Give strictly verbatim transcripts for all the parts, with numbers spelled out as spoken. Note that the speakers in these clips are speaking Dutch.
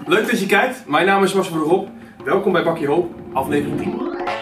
Leuk dat je kijkt. Mijn naam is Marcel van der Rob. Welkom bij Bakje Hoop, aflevering tien.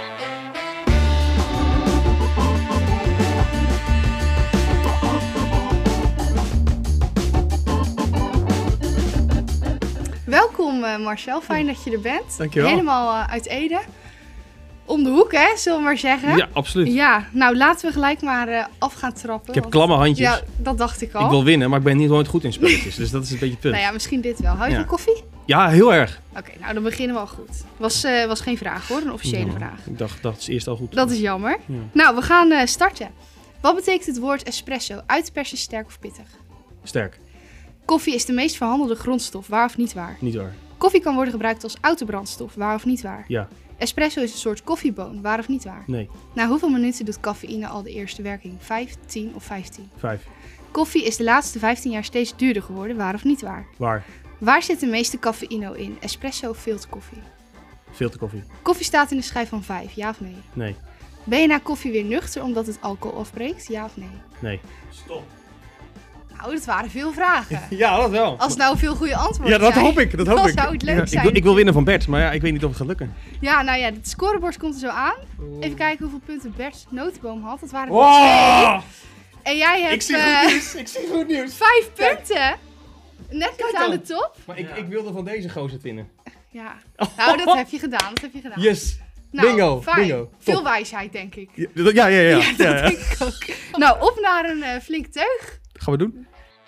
Welkom uh, Marcel, fijn dat je er bent. Dankjewel. Helemaal uh, uit Ede. Om de hoek, hè, zullen we maar zeggen. Ja, absoluut. Ja, nou laten we gelijk maar uh, af gaan trappen. Ik heb want... klamme handjes. Ja, dat dacht ik al. Ik wil winnen, maar ik ben niet nooit goed in spelletjes. Dus dat is een beetje het punt. Nou ja, misschien dit wel. Hou je Ja. van koffie? Ja, heel erg. Oké, okay, nou dan beginnen we al goed. Was, uh, was geen vraag hoor, een officiële Ja, vraag. Ik dacht, dat is eerst al goed. Dat is jammer. Ja. Nou, we gaan uh, starten. Wat betekent het woord espresso? Uitpersen, sterk of pittig? Sterk. Koffie is de meest verhandelde grondstof, waar of niet waar? Niet waar. Koffie kan worden gebruikt als autobrandstof, waar of niet waar? Ja. Espresso is een soort koffieboon, waar of niet waar? Nee. Na hoeveel minuten doet cafeïne al de eerste werking? vijf, tien of vijftien? Vijf. Koffie is de laatste vijftien jaar steeds duurder geworden, waar of niet waar? Waar. Waar zit de meeste cafeïne in? Espresso of filterkoffie? Filterkoffie. Koffie staat in de schijf van vijf, ja of nee? Nee. Ben je na koffie weer nuchter omdat het alcohol afbreekt, ja of nee? Nee. Stop. Nou, dat waren veel vragen. Ja, dat wel. Als nou veel goede antwoorden Ja, dat zijn, hoop ik. Dat hoop dan ik. zou het leuk Ja, zijn. Ik wil, ik wil winnen van Bert, maar ja, ik weet niet of het gaat lukken. Ja, nou ja, het scorebord komt er zo aan. Even kijken hoeveel punten Bert Notenboom had. Dat waren er Wow! twee. En jij hebt Ik zie eh, goed nieuws. Ik zie goed nieuws. vijf Kijk. punten. Net niet Kijk aan de dan. top. Maar ik, ik wilde van deze gozer winnen. Ja. Nou, dat heb je gedaan. Dat heb je gedaan. Yes. Nou, Bingo. fijn. Bingo. Veel Top. wijsheid, denk ik. Ja, dat- ja, ja, ja. Ja, dat Ja, ja. denk ik ook. Nou, op naar een uh, flink teug. Gaan we doen?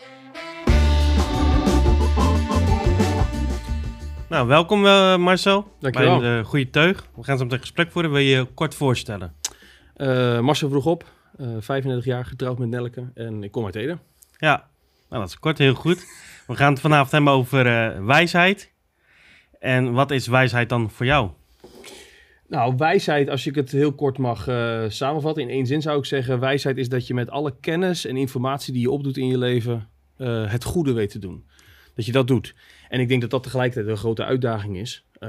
Nou, welkom uh, Marcel. Dankjewel. Bij een uh, goede teug. We gaan zo meteen gesprek voeren. Wil je je kort voorstellen? Uh, Marcel vroeg op. Uh, vijfendertig jaar, getrouwd met Nelleke. En ik kom uit Ede. Ja, nou, dat is kort heel goed. We gaan het vanavond hebben over uh, wijsheid. En wat is wijsheid dan voor jou? Nou, wijsheid, als ik het heel kort mag uh, samenvatten, in één zin zou ik zeggen, wijsheid is dat je met alle kennis en informatie die je opdoet in je leven, uh, het goede weet te doen. Dat je dat doet. En ik denk dat dat tegelijkertijd een grote uitdaging is, uh,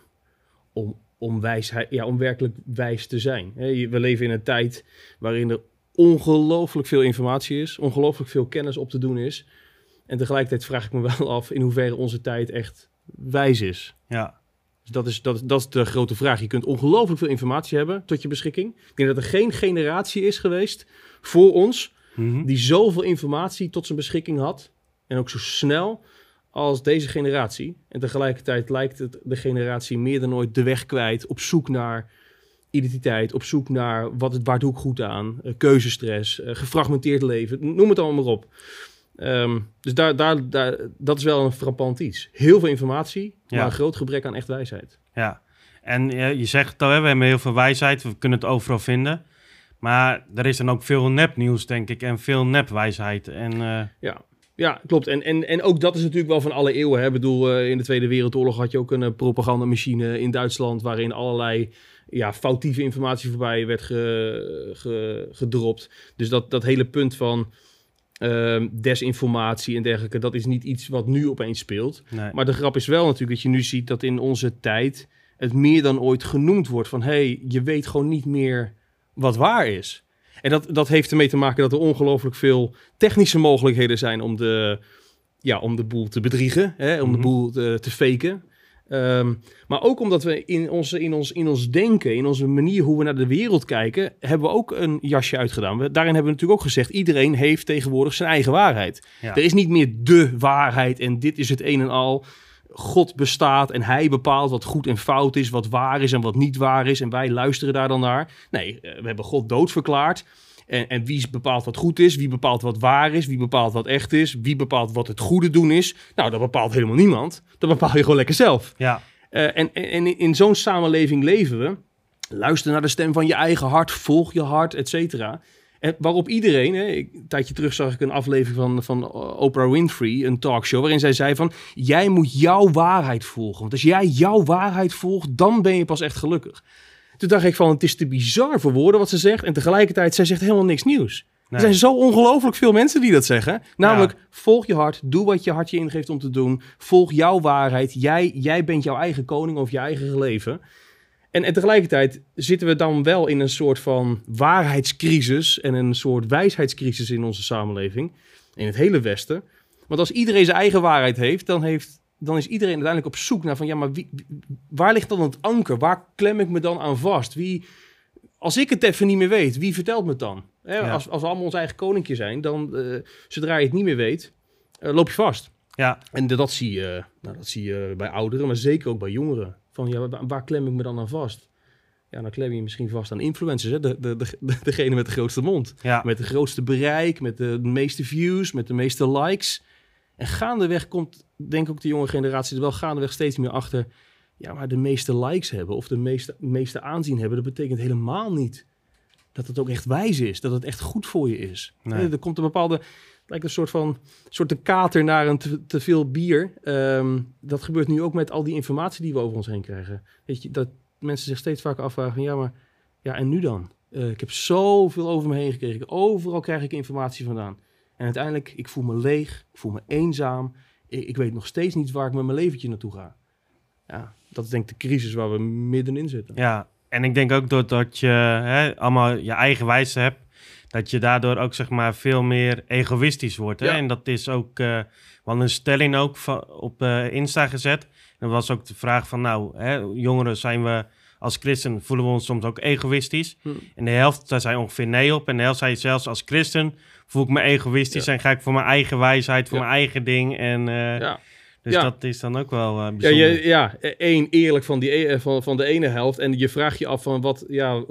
om, om, wijsheid, ja, om werkelijk wijs te zijn. He, we leven in een tijd waarin er ongelooflijk veel informatie is, ongelooflijk veel kennis op te doen is. En tegelijkertijd vraag ik me wel af in hoeverre onze tijd echt wijs is. Ja. Dus dat is, dat, dat is de grote vraag. Je kunt ongelooflijk veel informatie hebben tot je beschikking. Ik denk dat er geen generatie is geweest voor ons Mm-hmm. die zoveel informatie tot zijn beschikking had. En ook zo snel als deze generatie. En tegelijkertijd lijkt het de generatie meer dan ooit de weg kwijt. Op zoek naar identiteit. Op zoek naar wat het, waar doe ik goed aan. Uh, keuzestress. Uh, gefragmenteerd leven. Noem het allemaal maar op. Um, dus daar, daar, daar, dat is wel een frappant iets. Heel veel informatie, Ja. maar een groot gebrek aan echt wijsheid. Ja. En uh, je zegt het al, hè, we hebben heel veel wijsheid. We kunnen het overal vinden. Maar er is dan ook veel nepnieuws, denk ik. En veel nepwijsheid. En, uh... Ja, ja, klopt. En, en, en ook dat is natuurlijk wel van alle eeuwen. Hè? Ik bedoel, uh, in de Tweede Wereldoorlog had je ook een uh, propagandamachine in Duitsland, waarin allerlei ja, foutieve informatie voorbij werd ge, ge, gedropt. Dus dat, dat hele punt van uh, desinformatie en dergelijke, dat is niet iets wat nu opeens speelt. Nee. Maar de grap is wel natuurlijk dat je nu ziet dat in onze tijd het meer dan ooit genoemd wordt van, hé, hey, je weet gewoon niet meer wat waar is. En dat, dat heeft ermee te maken dat er ongelooflijk veel technische mogelijkheden zijn om de, ja, om de boel te bedriegen, hè, om Mm-hmm. de boel te, te faken. Um, maar ook omdat we in, onze, in, ons, in ons denken, in onze manier hoe we naar de wereld kijken, hebben we ook een jasje uitgedaan. We, daarin hebben we natuurlijk ook gezegd, iedereen heeft tegenwoordig zijn eigen waarheid. Ja. Er is niet meer de waarheid en dit is het een en al. God bestaat en hij bepaalt wat goed en fout is, wat waar is en wat niet waar is. En wij luisteren daar dan naar. Nee, we hebben God doodverklaard. En, en wie bepaalt wat goed is, wie bepaalt wat waar is, wie bepaalt wat echt is, wie bepaalt wat het goede doen is. Nou, dat bepaalt helemaal niemand. Dat bepaal je gewoon lekker zelf. Ja. Uh, en, en, en in zo'n samenleving leven we. Luister naar de stem van je eigen hart, volg je hart, et cetera. En waarop iedereen, hè, ik, een tijdje terug zag ik een aflevering van, van Oprah Winfrey, een talkshow, waarin zij zei van, jij moet jouw waarheid volgen. Want als jij jouw waarheid volgt, dan ben je pas echt gelukkig. Toen dacht ik van, het is te bizar voor woorden wat ze zegt. En tegelijkertijd, zij zegt helemaal niks nieuws. Nee. Er zijn zo ongelooflijk veel mensen die dat zeggen. Namelijk, ja. volg je hart, doe wat je hart je ingeeft om te doen. Volg jouw waarheid. Jij, jij bent jouw eigen koning of je eigen leven. En, en tegelijkertijd zitten we dan wel in een soort van waarheidscrisis en een soort wijsheidscrisis in onze samenleving. In het hele Westen. Want als iedereen zijn eigen waarheid heeft, dan heeft dan is iedereen uiteindelijk op zoek naar van... ja, maar wie, waar ligt dan het anker? Waar klem ik me dan aan vast? Wie, als ik het even niet meer weet, wie vertelt me het dan? Hè, Ja. als, als we allemaal ons eigen koninkje zijn, dan uh, zodra je het niet meer weet, uh, loop je vast. Ja. En de, dat, zie je, nou, dat zie je bij ouderen, maar zeker ook bij jongeren. Van ja, waar, waar klem ik me dan aan vast? Ja, dan klem je je misschien vast aan influencers. Hè? De, de, de, degene met de grootste mond. Ja. Met de grootste bereik, met de meeste views, met de meeste likes. En gaandeweg komt, denk ik ook de jonge generatie er wel gaandeweg steeds meer achter... ja, maar de meeste likes hebben of de meeste, meeste aanzien hebben... dat betekent helemaal niet dat het ook echt wijs is. Dat het echt goed voor je is. Nee. Hè, er komt een bepaalde... lijkt een soort van soort de kater naar een te, te veel bier. Um, dat gebeurt nu ook met al die informatie die we over ons heen krijgen. Weet je, dat mensen zich steeds vaker afvragen van... ja, maar ja, en nu dan? Uh, ik heb zoveel over me heen gekregen. Overal krijg ik informatie vandaan. En uiteindelijk, ik voel me leeg, ik voel me eenzaam. Ik, ik weet nog steeds niet waar ik met mijn leventje naartoe ga. Ja, dat is denk ik de crisis waar we middenin zitten. Ja, en ik denk ook doordat je hè, allemaal je eigen wijze hebt... dat je daardoor ook zeg maar veel meer egoïstisch wordt. Hè? Ja. En dat is ook... Uh, we hadden een stelling ook van, op uh, Insta gezet. En dat was ook de vraag van... nou, hè, jongeren zijn we... als christen voelen we ons soms ook egoïstisch. Hm. En de helft, daar zei ongeveer nee op. En de helft zei zelfs als christen voel ik me egoïstisch... Ja. en ga ik voor mijn eigen wijsheid, voor ja. mijn eigen ding. En, uh, ja. Dus ja. dat is dan ook wel uh, bijzonder. Ja, ja, één, eerlijk van, die, van, van de ene helft. En je vraagt je af van wat... ja.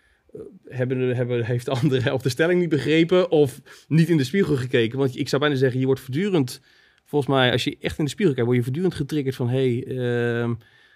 Hebben, hebben, heeft de andere helft de stelling niet begrepen of niet in de spiegel gekeken? Want ik zou bijna zeggen, je wordt voortdurend, volgens mij, als je echt in de spiegel kijkt, word je voortdurend getriggerd van, hé, hey, uh,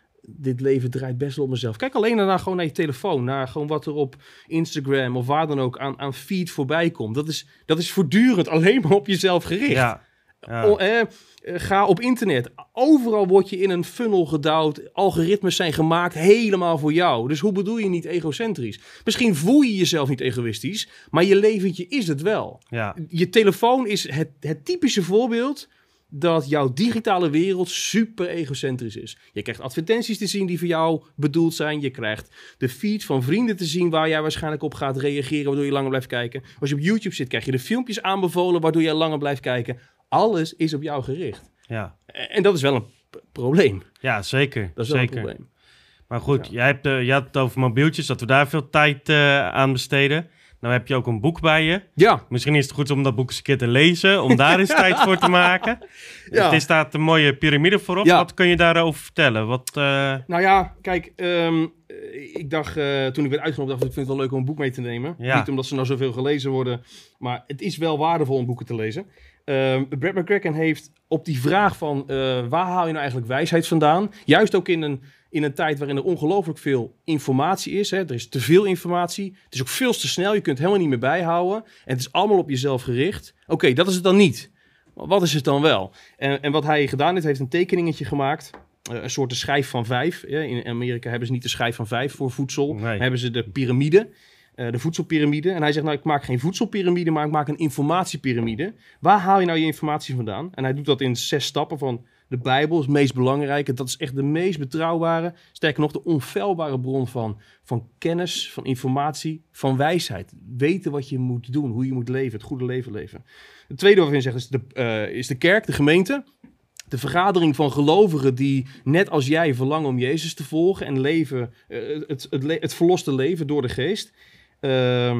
dit leven draait best wel op mezelf. Kijk alleen daarna gewoon naar je telefoon, naar gewoon wat er op Instagram of waar dan ook aan, aan feed voorbij komt. Dat is, dat is voortdurend alleen maar op jezelf gericht. Ja. Ja. O, eh, ga op internet. Overal word je in een funnel gedouwd. Algoritmes zijn gemaakt helemaal voor jou. Dus hoe bedoel je niet egocentrisch? Misschien voel je jezelf niet egoïstisch, maar je leventje is het wel. Ja. Je telefoon is het, het typische voorbeeld dat jouw digitale wereld super egocentrisch is. Je krijgt advertenties te zien die voor jou bedoeld zijn. Je krijgt de feed van vrienden te zien waar jij waarschijnlijk op gaat reageren, waardoor je langer blijft kijken. Als je op YouTube zit, krijg je de filmpjes aanbevolen waardoor jij langer blijft kijken. Alles is op jou gericht. Ja. En dat is wel een p- probleem. Ja, zeker. Dat is wel zeker. een probleem. Maar goed, Ja. jij hebt, uh, je had het over mobieltjes, dat we daar veel tijd uh, aan besteden. Nou heb je ook een boek bij je. Ja. Misschien is het goed om dat boek eens een keer te lezen, om daar eens tijd voor te maken. Ja. Er staat een mooie piramide voorop. Ja. Wat kun je daarover vertellen? Wat, uh... Nou ja, kijk, um, ik dacht uh, toen ik werd uitgenodigd, dacht ik, ik vind het wel leuk om een boek mee te nemen. Ja. Niet omdat ze nou zoveel gelezen worden, maar het is wel waardevol om boeken te lezen. Um, Brad McCracken heeft op die vraag van uh, waar haal je nou eigenlijk wijsheid vandaan? Juist ook in een, in een tijd waarin er ongelooflijk veel informatie is. Hè? Er is te veel informatie. Het is ook veel te snel. Je kunt het helemaal niet meer bijhouden. En het is allemaal op jezelf gericht. Oké, okay, dat is het dan niet. Maar wat is het dan wel? En, en wat hij gedaan heeft, heeft een tekeningetje gemaakt. Uh, een soort de schijf van vijf. Ja, in Amerika hebben ze niet de schijf van vijf voor voedsel. Nee. Hebben ze de piramide. Uh, de voedselpiramide. En hij zegt, nou, ik maak geen voedselpiramide, maar ik maak een informatiepiramide. Waar haal je nou je informatie vandaan? En hij doet dat in zes stappen van de Bijbel, is het meest belangrijke. Dat is echt de meest betrouwbare, sterker nog, de onfeilbare bron van, van kennis, van informatie, van wijsheid. Weten wat je moet doen, hoe je moet leven, het goede leven leven. Het tweede wat we zeggen is de, uh, is de kerk, de gemeente. De vergadering van gelovigen die, net als jij, verlangen om Jezus te volgen en leven, uh, het, het, le- het verloste leven door de geest. Uh,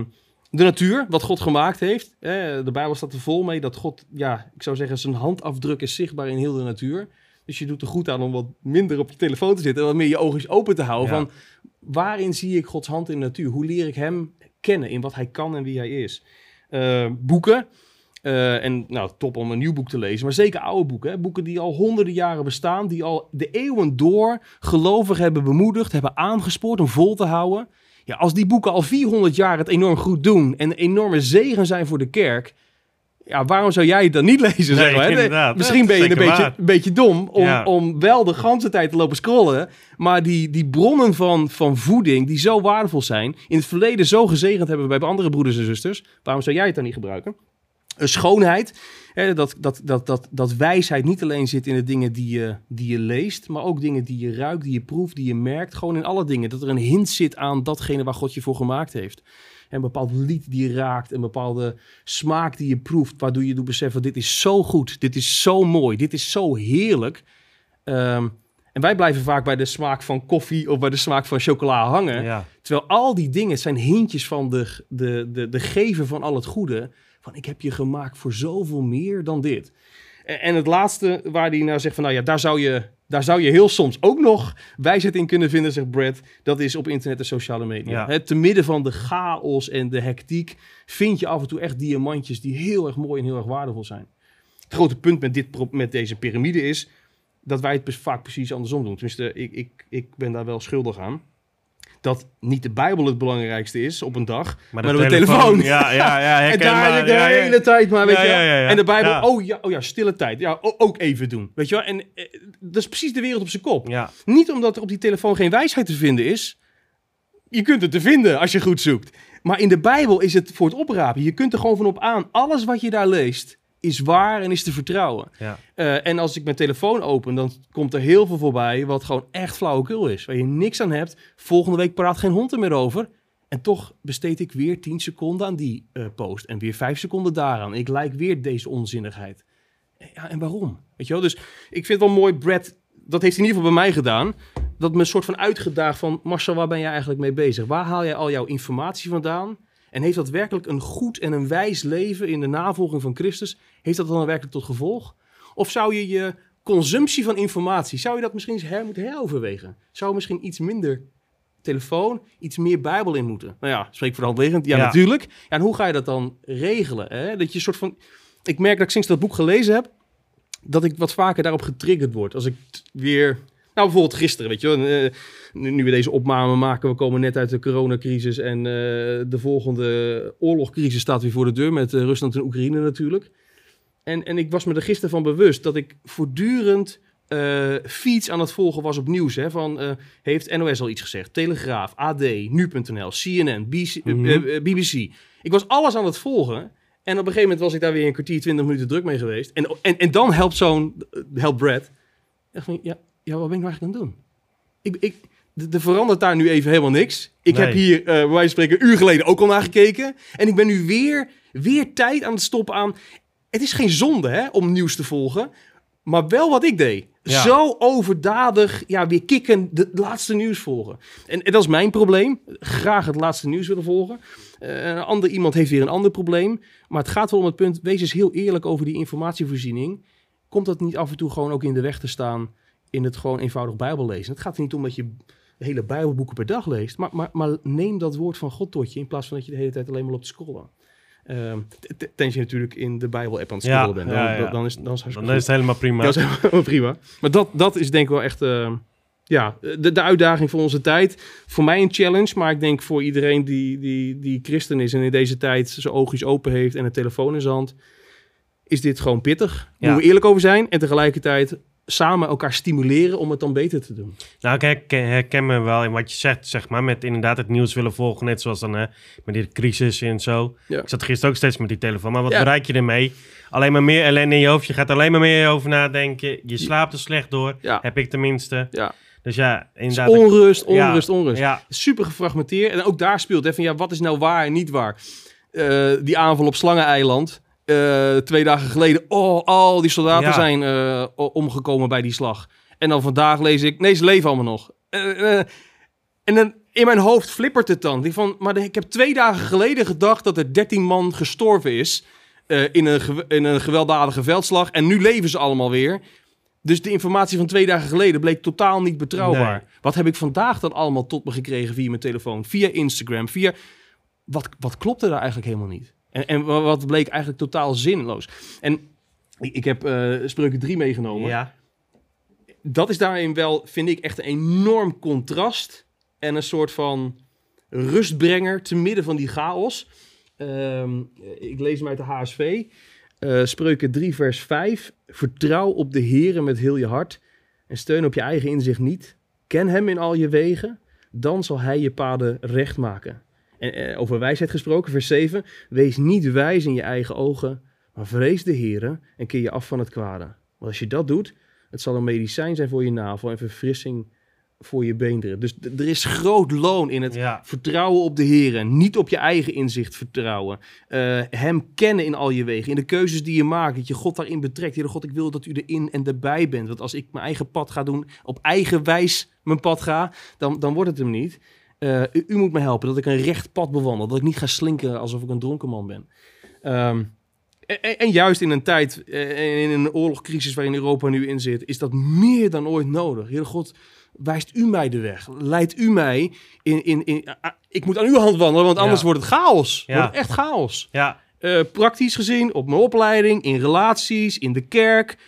de natuur, wat God gemaakt heeft. Eh, de Bijbel staat er vol mee dat God, ja, ik zou zeggen, zijn handafdruk is zichtbaar in heel de natuur. Dus je doet er goed aan om wat minder op je telefoon te zitten en wat meer je oogjes open te houden. Ja. Van, waarin zie ik Gods hand in de natuur? Hoe leer ik hem kennen in wat hij kan en wie hij is? Uh, boeken. Uh, en nou, top om een nieuw boek te lezen, maar zeker oude boeken. Hè? Boeken die al honderden jaren bestaan, die al de eeuwen door gelovigen hebben bemoedigd, hebben aangespoord om vol te houden. Ja, als die boeken al vierhonderd jaar het enorm goed doen en een enorme zegen zijn voor de kerk, ja, waarom zou jij het dan niet lezen? Nee, zeg maar? inderdaad. Misschien ben je een beetje, een beetje dom om, Ja. om wel de ganse tijd te lopen scrollen, maar die, die bronnen van, van voeding die zo waardevol zijn, in het verleden zo gezegend hebben bij andere broeders en zusters, waarom zou jij het dan niet gebruiken? Een schoonheid, hè, dat, dat, dat, dat, dat wijsheid niet alleen zit in de dingen die je, die je leest, maar ook dingen die je ruikt, die je proeft, die je merkt. Gewoon in alle dingen. Dat er een hint zit aan datgene waar God je voor gemaakt heeft. Een bepaald lied die je raakt, een bepaalde smaak die je proeft, waardoor je doet beseffen, dit is zo goed, dit is zo mooi, dit is zo heerlijk. Um, en wij blijven vaak bij de smaak van koffie of bij de smaak van chocola hangen. Ja. Terwijl al die dingen zijn hintjes van de, de, de, de gever van al het goede. Van ik heb je gemaakt voor zoveel meer dan dit. En, en het laatste waar hij nou zegt van nou ja, daar zou je... Daar zou je heel soms ook nog wijsheid in kunnen vinden, zegt Brad. Dat is op internet en sociale media. Ja. He, te midden van de chaos en de hectiek vind je af en toe echt diamantjes die heel erg mooi en heel erg waardevol zijn. Het grote punt met, dit, met deze piramide is dat wij het vaak precies andersom doen. Tenminste, ik, ik, ik ben daar wel schuldig aan. Dat niet de Bijbel het belangrijkste is op een dag, maar, maar de, de telefoon. telefoon. Ja, ja, ja. En daar heb ik de ja, ja. hele tijd maar, weet ja, je ja, ja, ja. En de Bijbel, ja. oh, ja, oh ja, stille tijd. Ja, ook even doen. Weet je wel? En eh, dat is precies de wereld op zijn kop. Ja. Niet omdat er op die telefoon geen wijsheid te vinden is. Je kunt het te vinden als je goed zoekt. Maar in de Bijbel is het voor het oprapen. Je kunt er gewoon van op aan. Alles wat je daar leest is waar en is te vertrouwen. Ja. Uh, en als ik mijn telefoon open, dan komt er heel veel voorbij wat gewoon echt flauwekul is. Waar je niks aan hebt. Volgende week praat geen hond er meer over. En toch besteed ik weer tien seconden aan die uh, post. En weer vijf seconden daaraan. Ik like weer deze onzinnigheid. Ja, en waarom? Weet je wel? Dus ik vind het wel mooi, Brad, dat heeft hij in ieder geval bij mij gedaan. Dat me een soort van uitgedaagd van, Marcel, waar ben jij eigenlijk mee bezig? Waar haal jij al jouw informatie vandaan? En heeft dat werkelijk een goed en een wijs leven in de navolging van Christus? Heeft dat dan werkelijk tot gevolg? Of zou je je consumptie van informatie, zou je dat misschien eens her, moeten heroverwegen? Zou er misschien iets minder telefoon, iets meer Bijbel in moeten? Nou ja, spreek voor de hand liggend. Ja, ja, natuurlijk. Ja, en hoe ga je dat dan regelen? Hè? Dat je een soort van... Ik merk dat ik sinds dat boek gelezen heb, dat ik wat vaker daarop getriggerd word. Als ik t- weer... Nou, bijvoorbeeld gisteren, weet je wel. Uh, nu, nu we deze opname maken, we komen net uit de coronacrisis en uh, de volgende oorlogcrisis staat weer voor de deur met uh, Rusland en Oekraïne natuurlijk. En, en ik was me er gisteren van bewust dat ik voortdurend uh, feeds aan het volgen was op nieuws. Hè, van, uh, heeft N O S al iets gezegd? Telegraaf, A D, Nu punt N L, C N N, B C, mm-hmm. uh, uh, B B C. Ik was alles aan het volgen. En op een gegeven moment was ik daar weer een kwartier, twintig minuten druk mee geweest. En, en, en dan helpt zo'n, helpt Brad. Echt van, ja, ja, wat ben ik nou eigenlijk aan het doen? Ik, ik, er verandert daar nu even helemaal niks. Ik nee. heb hier, uh, bij wijze van spreken, een uur geleden ook al naar gekeken. En ik ben nu weer, weer tijd aan het stoppen aan... Het is geen zonde, hè, om nieuws te volgen. Maar wel wat ik deed. Ja. Zo overdadig, ja, weer kikken, de laatste nieuws volgen. En, en dat is mijn probleem. Graag het laatste nieuws willen volgen. Uh, een ander iemand heeft weer een ander probleem. Maar het gaat wel om het punt, wees eens heel eerlijk over die informatievoorziening. Komt dat niet af en toe gewoon ook in de weg te staan in het gewoon eenvoudig Bijbel lezen? Het gaat er niet om dat je de hele Bijbelboeken per dag leest. Maar, maar, maar neem dat woord van God tot je, in plaats van dat je de hele tijd alleen maar op te scrollen. Uh, tenzij je natuurlijk in de Bijbel-app aan het scrollen ja, bent. Dan, ja, ja. dan, is, dan, is, dan is het helemaal prima. Dat is helemaal prima. Maar dat, dat is denk ik wel echt uh, ja, de, de uitdaging voor onze tijd. Voor mij een challenge, maar ik denk voor iedereen die, die, die christen is en in deze tijd zijn oogjes open heeft en een telefoon in zijn hand, is dit gewoon pittig. Daar ja. moeten we eerlijk over zijn en tegelijkertijd samen elkaar stimuleren om het dan beter te doen. Nou, ik herken, herken me wel in wat je zegt, zeg maar, met inderdaad het nieuws willen volgen, net zoals dan hè, met die crisis en zo. Ja. Ik zat gisteren ook steeds met die telefoon, maar wat ja. bereik je ermee? Alleen maar meer ellende in je hoofd, je gaat alleen maar meer over nadenken, je slaapt er slecht door, ja. heb ik tenminste. Ja. Dus ja, inderdaad. Dus onrust, onrust, ja. onrust. Ja. Super gefragmenteerd. En ook daar speelt even, ja, wat is nou waar en niet waar? Uh, die aanval op Slangeneiland, Uh, twee dagen geleden, oh, al die soldaten ja. zijn uh, omgekomen bij die slag. En dan vandaag lees ik, nee, ze leven allemaal nog. Uh, uh, en dan in mijn hoofd flippert het dan. Die van, maar de, ik heb twee dagen geleden gedacht dat er dertien man gestorven is uh, in, een ge- in een gewelddadige veldslag. En nu leven ze allemaal weer. Dus de informatie van twee dagen geleden bleek totaal niet betrouwbaar. Nee. Wat heb ik vandaag dan allemaal tot me gekregen via mijn telefoon? Via Instagram, via... Wat, wat klopte daar eigenlijk helemaal niet? En, en wat bleek eigenlijk totaal zinloos. En ik, ik heb uh, Spreuken drie meegenomen. Ja. Dat is daarin wel, vind ik, echt een enorm contrast. En een soort van rustbrenger te midden van die chaos. Um, ik lees hem uit de H S V. Uh, Spreuken drie vers vijf. Vertrouw op de Heere met heel je hart. En steun op je eigen inzicht niet. Ken hem in al je wegen. Dan zal hij je paden recht maken. En eh, over wijsheid gesproken, vers zeven. Wees niet wijs in je eigen ogen, maar vrees de Heere en keer je af van het kwade. Want als je dat doet, het zal een medicijn zijn voor je navel en verfrissing voor je beenderen. Dus d- er is groot loon in het Ja. vertrouwen op de Heer. Niet op je eigen inzicht vertrouwen. Uh, hem kennen in al je wegen. In de keuzes die je maakt. Dat je God daarin betrekt. Heere God, ik wil dat u erin en erbij bent. Want als ik mijn eigen pad ga doen, op eigen wijs mijn pad ga, dan, dan wordt het hem niet. Uh, u, u moet me helpen dat ik een recht pad bewandel. Dat ik niet ga slinken alsof ik een dronken man ben. Um, En, en juist in een tijd, in een oorlogcrisis waarin Europa nu in zit, is dat meer dan ooit nodig. Heere God, wijst u mij de weg. Leidt u mij in... in, in uh, ik moet aan uw hand wandelen, want anders ja. wordt het chaos. Ja. Wordt het echt chaos. Ja. Uh, praktisch gezien, op mijn opleiding, in relaties, in de kerk,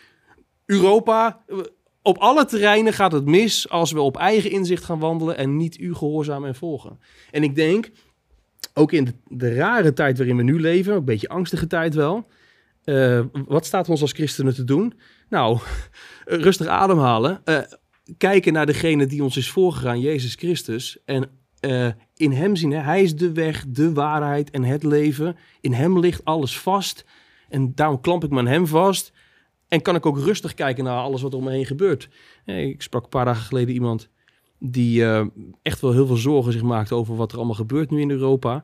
Europa. Uh, op alle terreinen gaat het mis als we op eigen inzicht gaan wandelen en niet u gehoorzamen en volgen. En ik denk... Ook in de, de rare tijd waarin we nu leven, een beetje angstige tijd wel. Uh, wat staat ons als christenen te doen? Nou, rustig ademhalen. Uh, kijken naar degene die ons is voorgegaan, Jezus Christus. En uh, in hem zien, hè, hij is de weg, de waarheid en het leven. In hem ligt alles vast. En daarom klamp ik me aan hem vast. En kan ik ook rustig kijken naar alles wat er om me heen gebeurt. Hey, ik sprak een paar dagen geleden iemand... die uh, echt wel heel veel zorgen zich maakte over wat er allemaal gebeurt nu in Europa.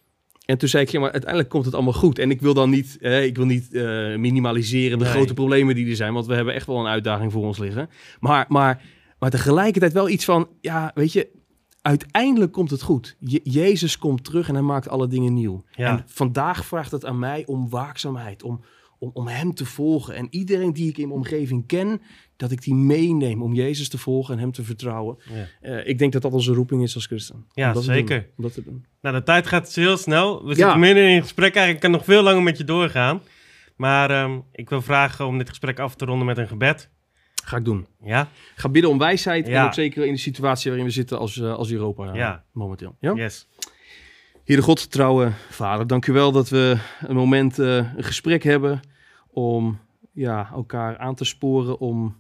En toen zei ik, ja, maar uiteindelijk komt het allemaal goed. En ik wil dan niet, eh, ik wil niet uh, minimaliseren de nee. grote problemen die er zijn, want we hebben echt wel een uitdaging voor ons liggen. Maar, maar, maar tegelijkertijd wel iets van, ja, weet je, uiteindelijk komt het goed. Je, Jezus komt terug en hij maakt alle dingen nieuw. Ja. En vandaag vraagt het aan mij om waakzaamheid, om, om, om hem te volgen. En iedereen die ik in mijn omgeving ken, dat ik die meeneem om Jezus te volgen en hem te vertrouwen. Ja. Uh, ik denk dat dat onze roeping is als christen. Ja, zeker. Doen, om dat te doen. Nou, de tijd gaat heel snel. We zitten ja. midden in een gesprek. Eigenlijk kan nog veel langer met je doorgaan. Maar um, ik wil vragen om dit gesprek af te ronden met een gebed. Ga ik doen. Ja? Ga bidden om wijsheid. Ja. En ook zeker in de situatie waarin we zitten als, uh, als Europa uh, ja. momenteel. Ja? Yes. Heere God, trouwe Vader, dank u wel dat we een moment, uh, een gesprek hebben om ja, elkaar aan te sporen, om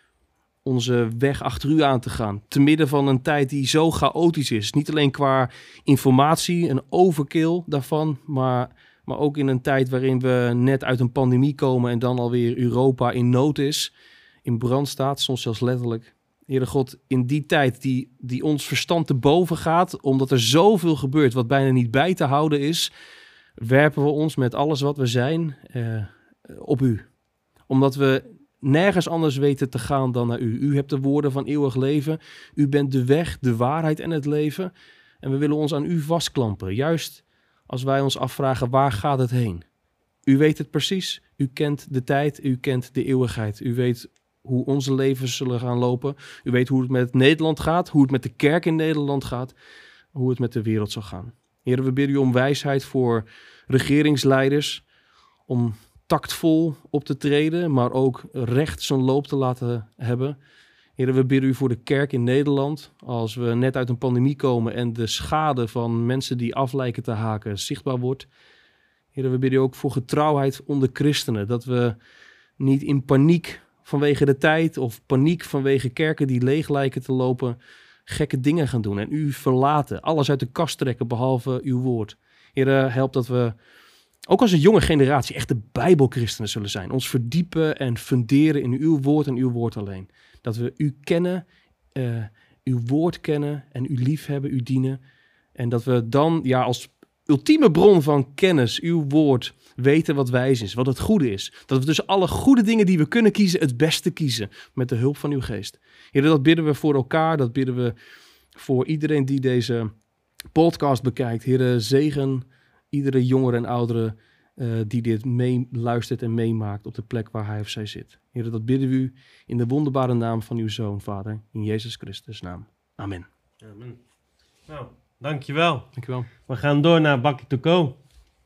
onze weg achter u aan te gaan. Te midden van een tijd die zo chaotisch is. Niet alleen qua informatie, een overkill daarvan, maar, maar ook in een tijd waarin we net uit een pandemie komen en dan alweer Europa in nood is, in brand staat, soms zelfs letterlijk. Heere God, in die tijd die, die ons verstand te boven gaat, omdat er zoveel gebeurt wat bijna niet bij te houden is, werpen we ons met alles wat we zijn uh, op u. Omdat we nergens anders weten te gaan dan naar u. U hebt de woorden van eeuwig leven. U bent de weg, de waarheid en het leven. En we willen ons aan u vastklampen. Juist als wij ons afvragen, waar gaat het heen? U weet het precies. U kent de tijd. U kent de eeuwigheid. U weet hoe onze levens zullen gaan lopen. U weet hoe het met Nederland gaat. Hoe het met de kerk in Nederland gaat. Hoe het met de wereld zal gaan. Heer, we bidden u om wijsheid voor regeringsleiders. Om tactvol op te treden, maar ook recht zijn loop te laten hebben. Heer, we bidden u voor de kerk in Nederland. Als we net uit een pandemie komen en de schade van mensen die af lijken te haken zichtbaar wordt. Heer, we bidden u ook voor getrouwheid onder christenen. Dat we niet in paniek vanwege de tijd of paniek vanwege kerken die leeg lijken te lopen, gekke dingen gaan doen en u verlaten. Alles uit de kast trekken behalve uw woord. Heer, help dat we ook als een jonge generatie echt de bijbelchristenen zullen zijn. Ons verdiepen en funderen in uw woord en uw woord alleen. Dat we u kennen, uh, uw woord kennen en u liefhebben, u dienen. En dat we dan ja, als ultieme bron van kennis, uw woord, weten wat wijs is, wat het goede is. Dat we tussen alle goede dingen die we kunnen kiezen, het beste kiezen. Met de hulp van uw geest. Heer, dat bidden we voor elkaar. Dat bidden we voor iedereen die deze podcast bekijkt. Heer, zegen iedere jongere en oudere uh, die dit meeluistert en meemaakt op de plek waar hij of zij zit. Heer, dat bidden we u in de wonderbare naam van uw Zoon, Vader, in Jezus Christus' naam. Amen. Amen. Nou, dankjewel. Dankjewel. We gaan door naar Bakkie to Go.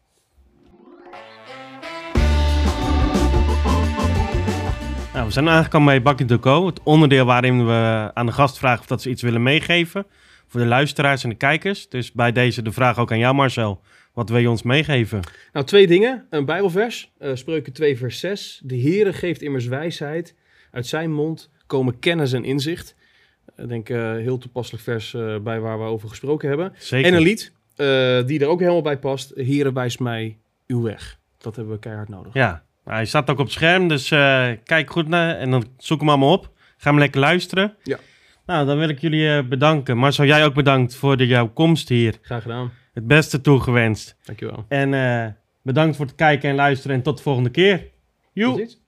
Nou, we zijn aangekomen bij Bakkie to Go, het onderdeel waarin we aan de gast vragen of dat ze iets willen meegeven voor de luisteraars en de kijkers. Dus bij deze de vraag ook aan jou, Marcel. Wat wil je ons meegeven? Nou, twee dingen. Een Bijbelvers, uh, Spreuken twee vers zes. De Heere geeft immers wijsheid. Uit zijn mond komen kennis en inzicht. Ik denk uh, heel toepasselijk vers uh, bij waar we over gesproken hebben. Zeker. En een lied uh, die er ook helemaal bij past. Heere, wijs mij uw weg. Dat hebben we keihard nodig. Ja, nou, hij staat ook op het scherm, dus uh, kijk goed naar en dan zoek hem allemaal op. Ga hem lekker luisteren. Ja. Nou, dan wil ik jullie uh, bedanken. Marcel, jij ook bedankt voor de, jouw komst hier. Graag gedaan. Het beste toegewenst. Dankjewel. En uh, bedankt voor het kijken en luisteren en tot de volgende keer. Joe!